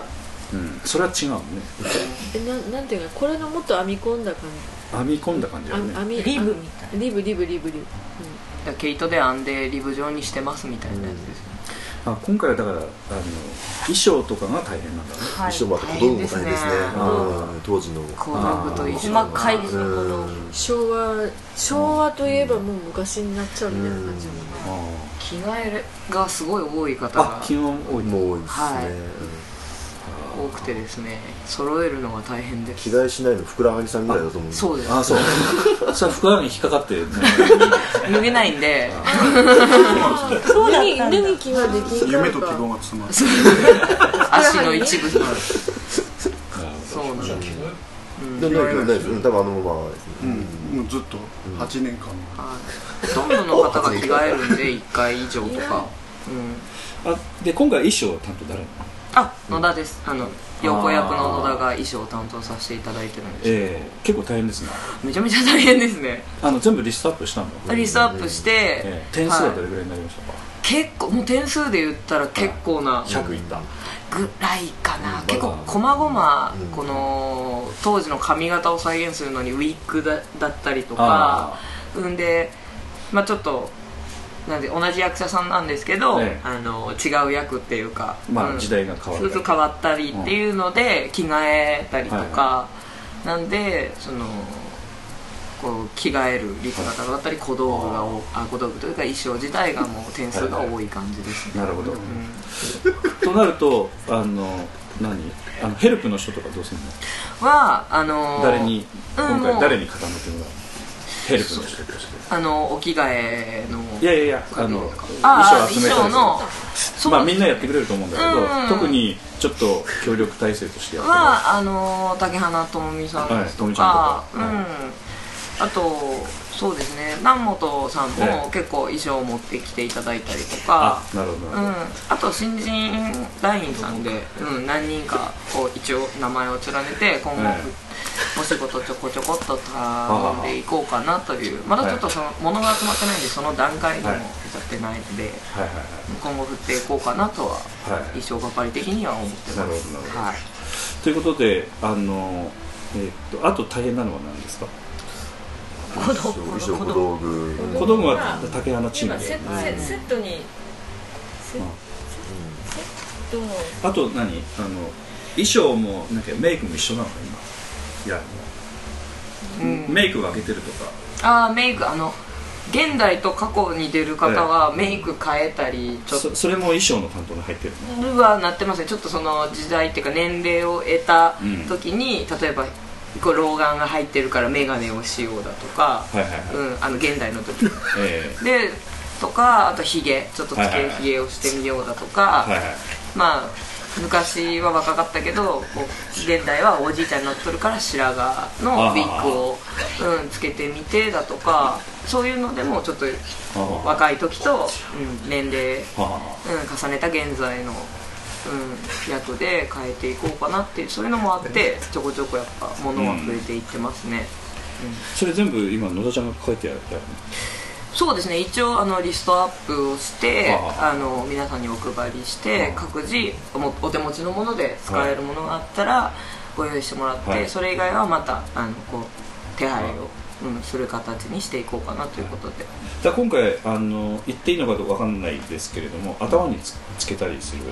それは違うもんね。 なんていうか、これのもっと編み込んだ感じ。 編み込んだ感じだね。 リブみたいな。 リブ。 毛糸で編んでリブ状にしてますみたいなやつですね。 今回はだから衣装とかが大変なんだね。 衣装も小道具も大変ですね。当時の小道具と衣装細かいですね。 昭和といえばもう昔になっちゃうみたいな感じ。 着替えがすごい多い方が着替えも多いですね。 多くてですね、揃えるのが大変です。 着替えしないのふくらはぎさんぐらいだと思うんです。 そうです。 そうそれふくらはぎに引っかかって脱げないんで、 そう脱ぎ着はできる。 夢と希望が詰まる。 足の一部そうなんです。 多分ままもうずっと8年間ほとんどの方が着替えるんで1回以上とか。 で今回衣装担当誰なの？ 野田です。陽子役の野田が衣装を担当させていただいてるんです結構大変ですね。 めちゃめちゃ大変ですね。 全部リストアップしたの？ リストアップして、 点数はどれぐらいになりましたか？ 結構もう点数で言ったら結構な 100いったぐらいかな。結構こまごまこの当時の髪型を再現するのにウィッグだったりとかで、ちょっとなんで同じ役者さんなんですけど、違う役っていうか、 時代が変わったりっていうので着替えたりとか、なんでこう着替える率が高かったり、小道具というか衣装自体がもう点数が多い感じですね。 なるほど。となるとヘルプの人とかどうするの？ は今回誰に固めてもらう？ヘルプの人としてお着替えの衣装のみんなやってくれると思うんだけど、特にちょっと協力体制としてやっては竹花智美さんですとか、あとそうですね、南本さんも結構衣装を持ってきていただいたりとか、あと新人団員さんで何人か一応名前を連ねて今後お仕事ちょこちょこっと頼んでいこうかなという、まだちょっとその物が集まってないんでその段階でも至ってないので、今後振っていこうかなとは衣装係的には思ってます。 ということであと大変なのは何ですか？ 小道具は竹花チームでセットにあと衣装もメイクも一緒なの今やるの？メイクを上げてるとか？ メイク現代と過去に出る方はメイク変えたりそれも衣装の担当に入ってるの？はなってますね。ちょっとその時代っていうか年齢を得た時に、例えば老眼が入ってるから眼鏡をしようだとか、現代の時でとか、あとひげちょっとつけひげをしてみようだとか、昔は若かったけど現代はおじいちゃんになっとるから白髪のウィッグをつけてみてだとか、そういうのでもちょっと若い時と年齢重ねた現在の役で変えていこうかなっていう、そういうのもあってちょこちょこやっぱ物は増えていってますね。 それ全部今野田ちゃんが書いてやるの？ そうですね、一応リストアップをして皆さんにお配りして各自お手持ちのもので使えるものがあったらご用意してもらって、それ以外はまた手配をする形にしていこうかなということで。 今回言っていいのかどうかわかんないですけれども、頭につけたりする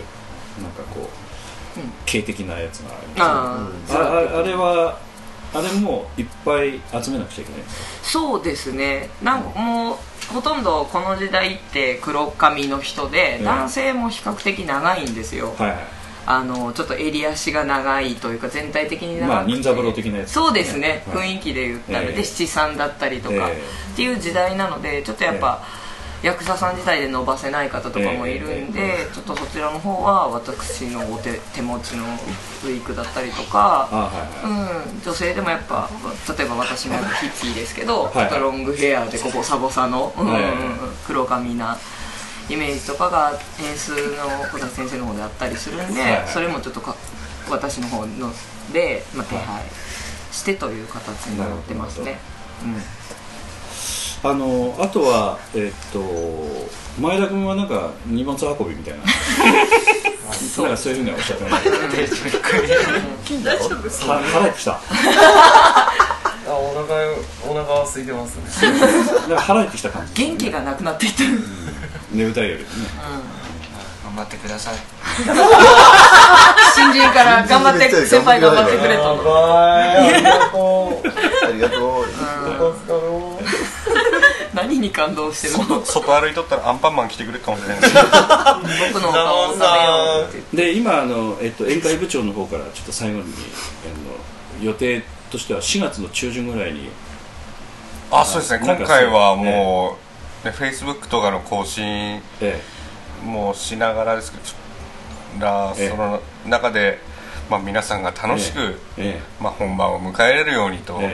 軽的なやつがあります。あれもいっぱい集めなくちゃいけないんですか？そうですね、 もうほとんどこの時代って黒髪の人で、男性も比較的長いんですよ。ちょっと襟足が長いというか全体的に長くて、 忍三郎的なやつ、 そうですね、雰囲気で言ったらで七三だったりとかっていう時代なので、ちょっとやっぱ役者さん自体で伸ばせない方とかもいるんで、ちょっとそちらの方は私の手持ちのウィッグだったりとか、女性でもやっぱ例えば私もヒッピーですけど、ちょっとロングヘアでボサボサの黒髪なイメージとかが演出の小田先生の方であったりするんで、それもちょっと私の方ので手配してという形になってますね。 あとは前田君は荷物運びみたいななんかそういうふうにおっしゃってました。腹減ってきた。 お腹は空いてますね。 なんか腹減ってきた感じ。 元気がなくなっていってる。 眠たいよりね。 頑張ってください。 新人から頑張って先輩頑張ってくれと。 ありがとう。 何に感動してるの？ 外歩いとったらアンパンマン来てくれるかもしれない。 僕のお顔を食べようって。 で今宴会部長の方からちょっと最後に予定としては4月の中旬ぐらいに。 そうですね。今回はもうFacebook とかの更新もしながらですけど、その中で皆さんが楽しく本番を迎えれるようにと、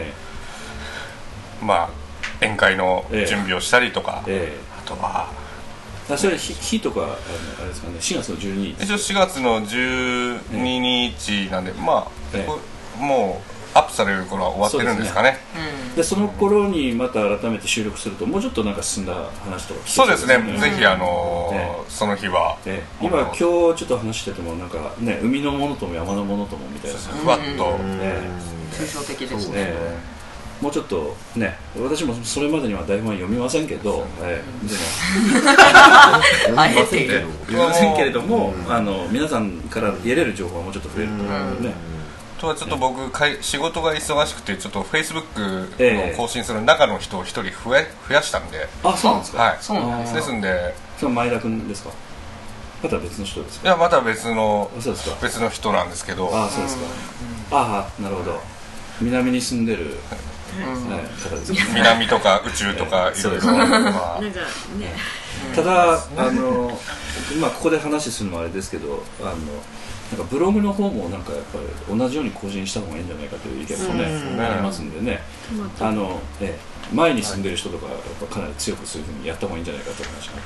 宴会の準備をしたりとか、あとはそれ日とかあれですかね、4月の12日。 一応4月の12日なんで、もうアップされる頃は終わってるんですかね。 でその頃にまた改めて収録するともうちょっとなんか進んだ話とか聞けそうですね。ぜひその日は今ちょっと話しててもなんかね、海のものとも山のものともみたいなふわっと抽象的ですね。 もうちょっとね、私もそれまでには台本は読みませんけど、 あえて読みませんけれども、皆さんから得れる情報はもうちょっと増えると思うのでね。 とはちょっと僕仕事が忙しくてちょっと Facebook の更新する中の人を1人増やしたんで。 そうなんですか。 はい、そうなんです。ですんで、 それ前田君ですか。また別の人ですか。 いやまた別の人なんですけど。 そうですか。なるほど。南に住んでる方ですね。 南とか宇宙とかいろいろ。 ただここで話するのはあれですけど、なんかブログの方もなんかやっぱり同じように更新した方がいいんじゃないかという意見もねありますんでね。前に住んでる人とかやっぱかなり強くそういうふうにやった方がいいんじゃないかという話があ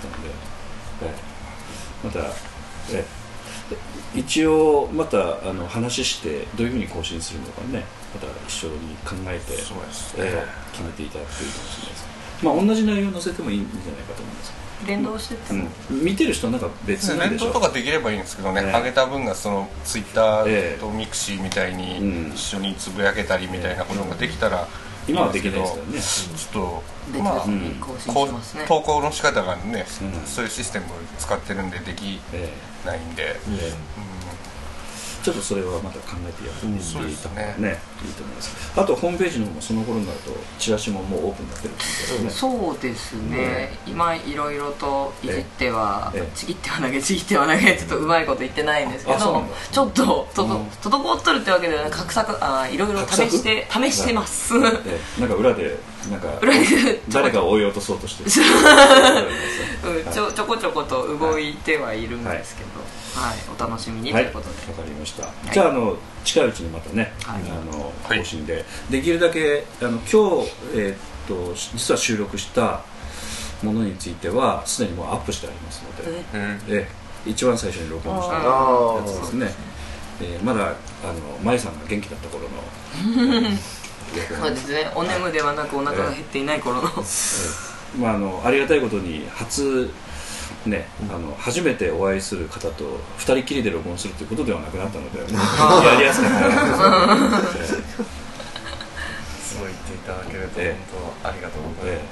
ったので、また一応また話してどういうふうに更新するのかね、また一緒に考えて決めていただくといいかもしれないです。同じ内容を載せてもいいんじゃないかと思います。 連動してて見てる人はなんか別なんでしょ。 連動とかできればいいんですけどね、上げた分がそのツイッターとミクシーみたいに一緒につぶやけたりみたいなことができたら今はできないですからね。 ちょっと投稿の仕方がね、そういうシステムを使ってるんでできないんで、 ちょっとそれはまた考えてやってみていた方がねいいと思います。あとホームページの方もその頃になるとチラシももうオープンになってるってことですね。 そうですね。今いろいろといじってはちぎっては投げちょっとうまいこと言ってないんですけど、ちょっと滞っとるってわけではなく画策いろいろ試してます。 なんか裏でなんか誰かを追い落とそうとしてちょこちょこと動いてはいるんですけど、お楽しみにということで。 わかりました。じゃあ近いうちにまたね更新でできるだけ今日実は収録したものについてはすでにもうアップしてありますので、一番最初に録音したやつですね。まだ舞さんが元気だった頃のそうですね。お眠ではなくお腹が減っていない頃のありがたいことに初めてお会いする方と2人きりで録音するということではなくなったのでやりやすかったですそう言っていただけると本当ありがとうございます。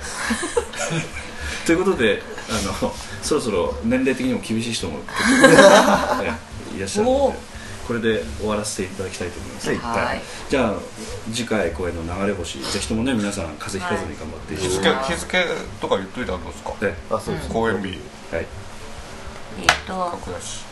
ということでそろそろ年齢的にも厳しい人もいらっしゃるのでこれで終わらせていただきたいと思います。じゃあ次回公演の流れ星ぜひともね皆さん風邪ひかずに頑張って日付とか言っといたらどうですか。公演日格だし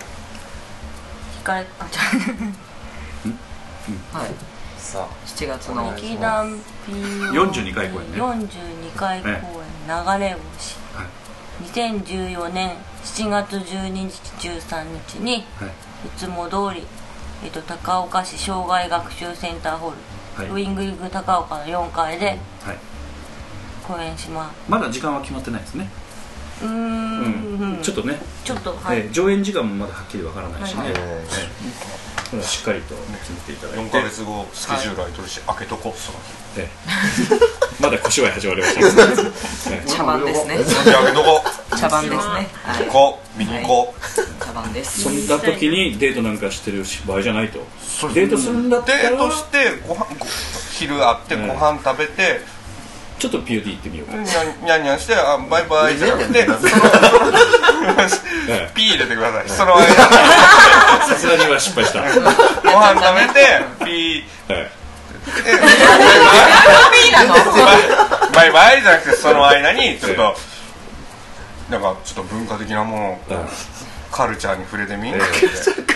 7月の劇団 42回公演ね。 42回公演流れ星、2014年7月12日13日に、いつも通り、高岡市障害学習センターホール、ウィングリング高岡の4階で公演します。 まだ時間は決まってないですね。ちょっとね上演時間もまだはっきりわからないしね、しっかりと決めていただいて 4ヶ月後スケジュール空いとるし開けとこう。 まだ小芝居始まりました茶番ですね。 開けとこう。 茶番ですね。 行こう見に行こう。 番です。 そんな時にデートなんかしてる場合じゃないと。デートするんだったらデートして昼会ってご飯食べて、 ちょっと POD 行ってみようか。 ニャンニャンしてバイバイじゃなくてピー入れてください。その間さすがには失敗した。 ご飯食べてピーバイバイじゃなくて、その間にちょっとなんかちょっと文化的なものをカルチャーに触れてみんなって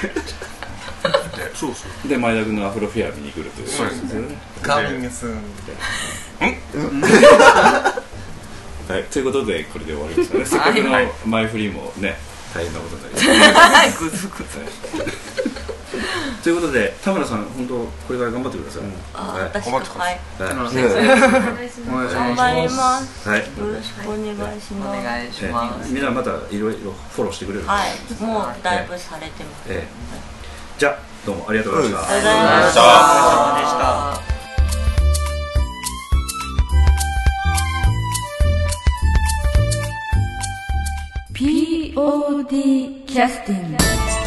で前田君のアフロフェア見に来るという。 そうですね。 カーミングスーンはい、ということでこれで終わりますかね。せっかくの前振りもね大変なことになります。ということで田村さん、本当これから頑張ってください。 私頑張ります。 はい、 よろしくお願いします。 お願いします。 みんなまたいろいろフォローしてくれる。 はい、もうだいぶされてます。 じゃあどうもありがとうございました。 ありがとうございました。 POD キャスティング。